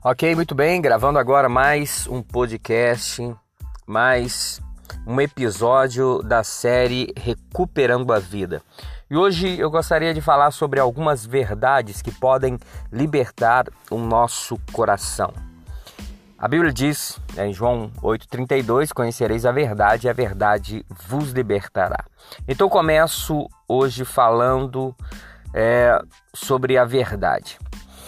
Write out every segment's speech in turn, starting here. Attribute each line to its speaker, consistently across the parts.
Speaker 1: Ok, muito bem, gravando agora mais um podcast, mais um episódio da série Recuperando a Vida. E hoje eu gostaria de falar sobre algumas verdades que podem libertar o nosso coração. A Bíblia diz, em João 8,32, conhecereis a verdade e a verdade vos libertará. Então eu começo hoje falando sobre a verdade.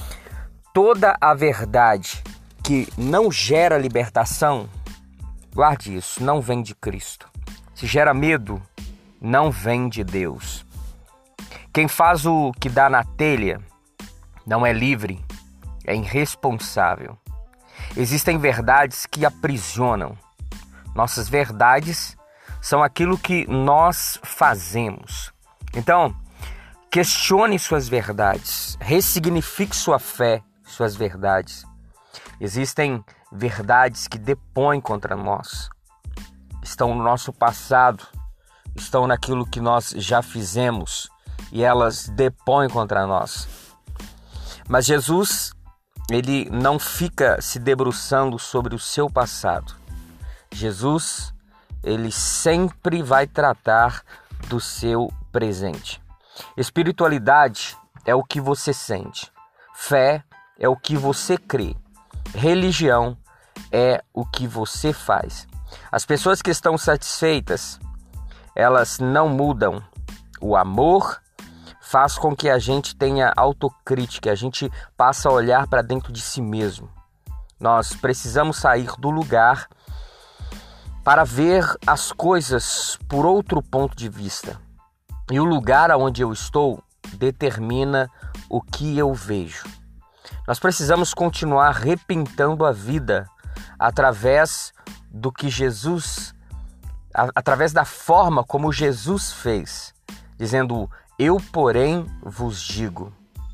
Speaker 1: Toda a verdade que não gera libertação, guarde isso, não vem de Cristo. Se gera medo, não vem de Deus. Quem faz o que dá na telha não é livre, é irresponsável. Existem verdades que aprisionam. Nossas verdades são aquilo que nós fazemos. Então, questione suas verdades, ressignifique sua fé, suas verdades. Existem verdades que depõem contra nós, estão no nosso passado, estão naquilo que nós já fizemos e elas depõem contra nós. Mas Jesus, ele não fica se debruçando sobre o seu passado. Jesus, ele sempre vai tratar do seu presente. Espiritualidade é o que você sente. Fé é o que você crê. Religião é o que você faz. As pessoas que estão satisfeitas, elas não mudam. O amor faz com que a gente tenha autocrítica, a gente passa a olhar para dentro de si mesmo. Nós precisamos sair do lugar para ver as coisas por outro ponto de vista. E o lugar onde eu estou determina o que eu vejo. Nós precisamos continuar repintando a vida através do que Jesus, através da forma como Jesus fez, dizendo: eu, porém, vos digo.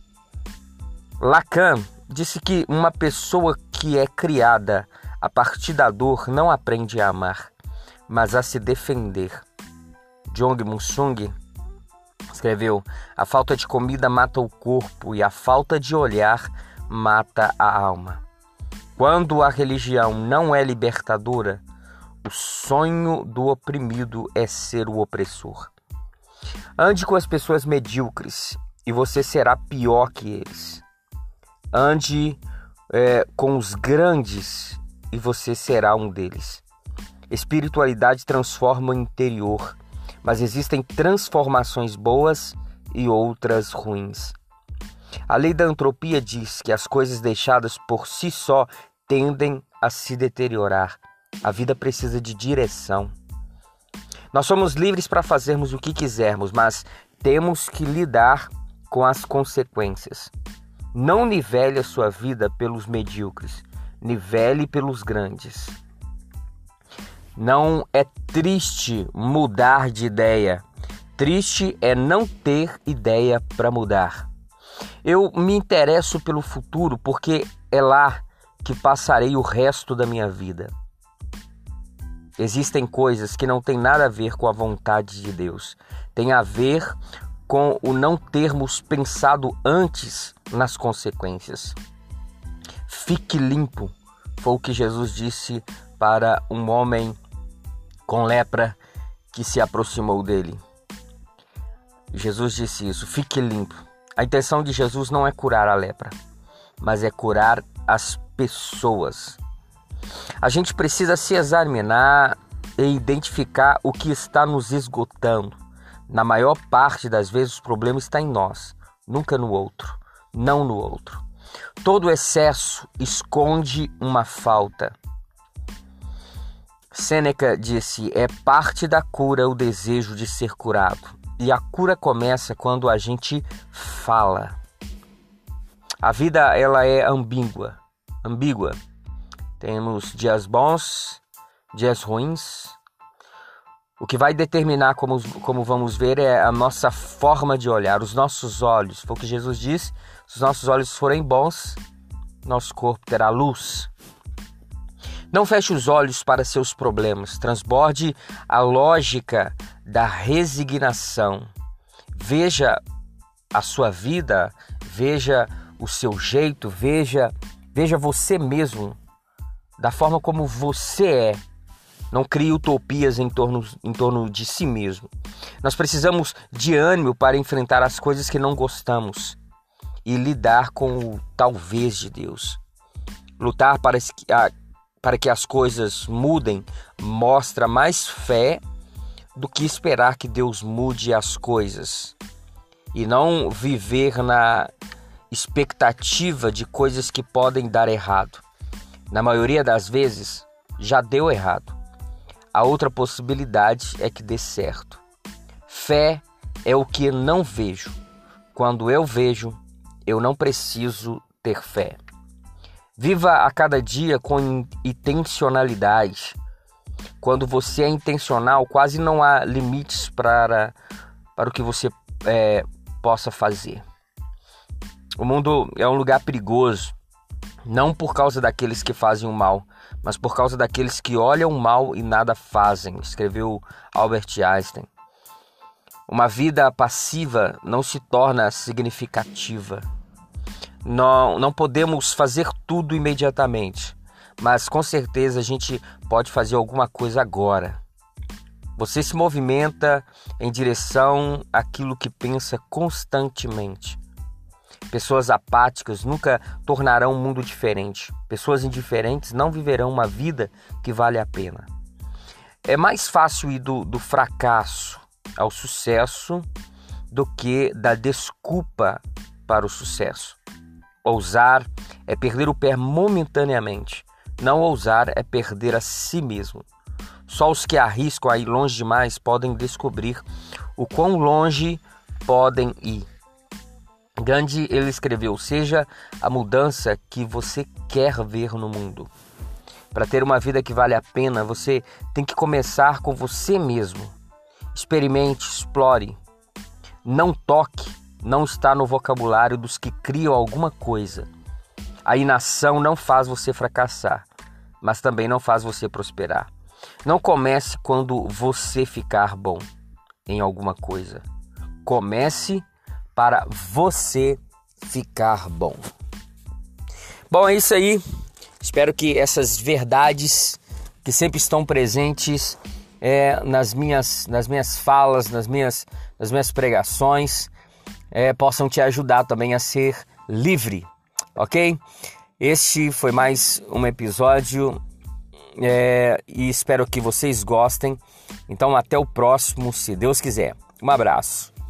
Speaker 1: Lacan disse que uma pessoa que é criada a partir da dor não aprende a amar, mas a se defender. Jong Munsung escreveu: a falta de comida mata o corpo e a falta de olhar mata a alma. Quando a religião não é libertadora, o sonho do oprimido é ser o opressor. Ande com as pessoas medíocres e você será pior que eles. Ande com os grandes e você será um deles. Espiritualidade transforma o interior, mas existem transformações boas e outras ruins. A lei da entropia diz que as coisas deixadas por si só tendem a se deteriorar. A vida precisa de direção. Nós somos livres para fazermos o que quisermos, mas temos que lidar com as consequências. Não nivele a sua vida pelos medíocres, nivele pelos grandes. Não é triste mudar de ideia. Triste é não ter ideia para mudar. Eu me interesso pelo futuro porque é lá que passarei o resto da minha vida. Existem coisas que não têm nada a ver com a vontade de Deus. Tem a ver com o não termos pensado antes nas consequências. Fique limpo, foi o que Jesus disse para um homem com lepra que se aproximou dele. Jesus disse isso: fique limpo. A intenção de Jesus não é curar a lepra, mas é curar as pessoas. A gente precisa se examinar e identificar o que está nos esgotando. Na maior parte das vezes o problema está em nós, nunca no outro, não no outro. Todo excesso esconde uma falta. Sêneca disse: é parte da cura o desejo de ser curado. E a cura começa quando a gente fala. A vida, ela é ambígua. Temos dias bons, dias ruins. O que vai determinar como vamos ver é a nossa forma de olhar, os nossos olhos. Foi o que Jesus disse: se os nossos olhos forem bons, nosso corpo terá luz. Não feche os olhos para seus problemas. Transborde a lógica da resignação. Veja a sua vida, veja o seu jeito, veja Veja você mesmo da forma como você é. Não crie utopias em torno de si mesmo. Nós precisamos de ânimo para enfrentar as coisas que não gostamos e lidar com o talvez de Deus. Lutar para que as coisas mudem mostra mais fé do que esperar que Deus mude as coisas. E não viver na expectativa de coisas que podem dar errado. Na maioria das vezes, já deu errado. A outra possibilidade é que dê certo. Fé é o que não vejo. Quando eu vejo, eu não preciso ter fé. Viva a cada dia com intencionalidade. Quando você é intencional, quase não há limites para o que você possa fazer. O mundo é um lugar perigoso, não por causa daqueles que fazem o mal, mas por causa daqueles que olham o mal e nada fazem, escreveu Albert Einstein. Uma vida passiva não se torna significativa. Não podemos fazer tudo imediatamente, mas com certeza a gente pode fazer alguma coisa agora. Você se movimenta em direção àquilo que pensa constantemente. Pessoas apáticas nunca tornarão um mundo diferente. Pessoas indiferentes não viverão uma vida que vale a pena. É mais fácil ir do fracasso ao sucesso do que da desculpa para o sucesso. Ousar é perder o pé momentaneamente. Não ousar é perder a si mesmo. Só os que arriscam a ir longe demais podem descobrir o quão longe podem ir. Gandhi, ele escreveu: seja a mudança que você quer ver no mundo. Para ter uma vida que vale a pena, você tem que começar com você mesmo. Experimente, explore. Não toque, não está no vocabulário dos que criam alguma coisa. A inação não faz você fracassar, mas também não faz você prosperar. Não comece quando você ficar bom em alguma coisa. Comece para você ficar bom. Bom, é isso aí. Espero que essas verdades que sempre estão presentes nas minhas falas, nas minhas pregações, possam te ajudar também a ser livre, ok? Este foi mais um episódio e espero que vocês gostem. Então até o próximo, se Deus quiser. Um abraço.